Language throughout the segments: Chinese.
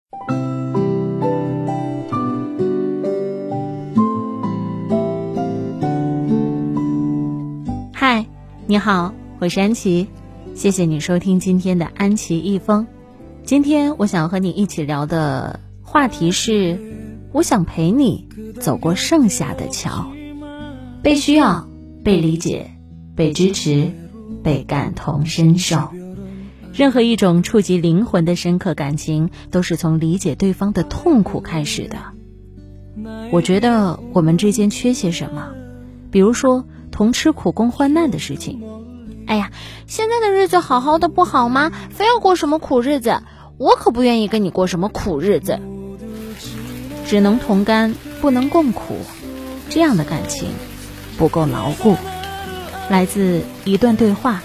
嗨，你好，我是安琪，谢谢你收听今天的安琪一封。今天我想和你一起聊的话题是，我想陪你走过剩下的桥。被需要，被理解，被支持，被感同身受。任何一种触及灵魂的深刻感情，都是从理解对方的痛苦开始的。我觉得我们之间缺些什么，比如说同吃苦共患难的事情。 哎呀，现在的日子好好的不好吗？非要过什么苦日子？我可不愿意跟你过什么苦日子。 只能同甘，不能共苦，这样的感情不够牢固。来自一段对话。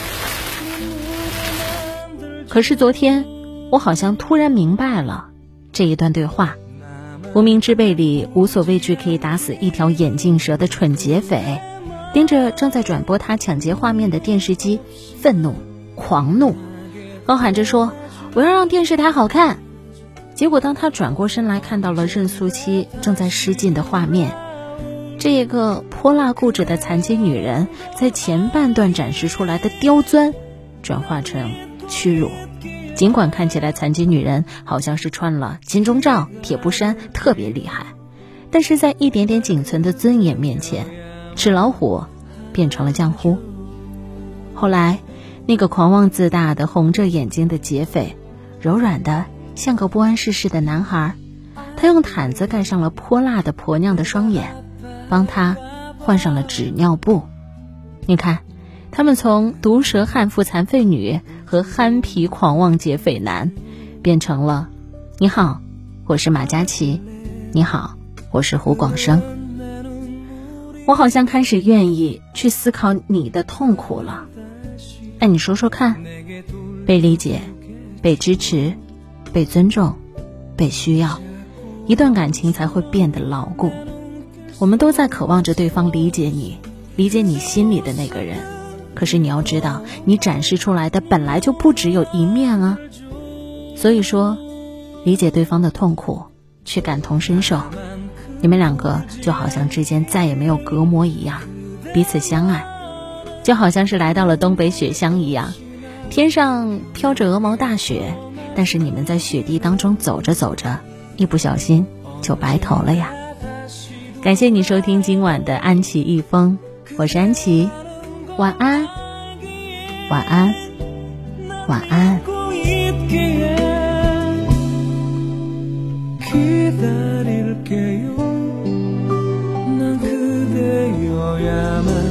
可是昨天我好像突然明白了这一段对话。无名之辈里无所畏惧可以打死一条眼镜蛇的蠢劫匪，盯着正在转播他抢劫画面的电视机，愤怒狂怒，高喊着说我要让电视台好看。结果当他转过身来，看到了任素汐正在施禁的画面，这个泼辣固执的残疾女人在前半段展示出来的刁钻转化成屈辱。尽管看起来残疾女人好像是穿了金钟罩铁布衫特别厉害，但是在一点点仅存的尊严面前，纸老虎变成了浆糊。后来那个狂妄自大的红着眼睛的劫匪柔软的像个不谙世事的男孩，他用毯子盖上了泼辣的婆娘的双眼，帮他换上了纸尿布。你看，他们从毒舌悍妇残废女和憨皮狂妄劫匪男变成了你好，我是马嘉祺，你好，我是胡广生。我好像开始愿意去思考你的痛苦了。那你说说看，被理解，被支持，被尊重，被需要，一段感情才会变得牢固。我们都在渴望着对方理解你，理解你心里的那个人。可是你要知道，你展示出来的本来就不只有一面啊。所以说，理解对方的痛苦，去感同身受，你们两个就好像之间再也没有隔膜一样，彼此相爱，就好像是来到了东北雪乡一样，天上飘着鹅毛大雪，但是你们在雪地当中走着走着，一不小心就白头了呀。感谢你收听今晚的安琪一封，我是安琪，晚安，晚安，晚安。 기다릴게요. 난 그대여야만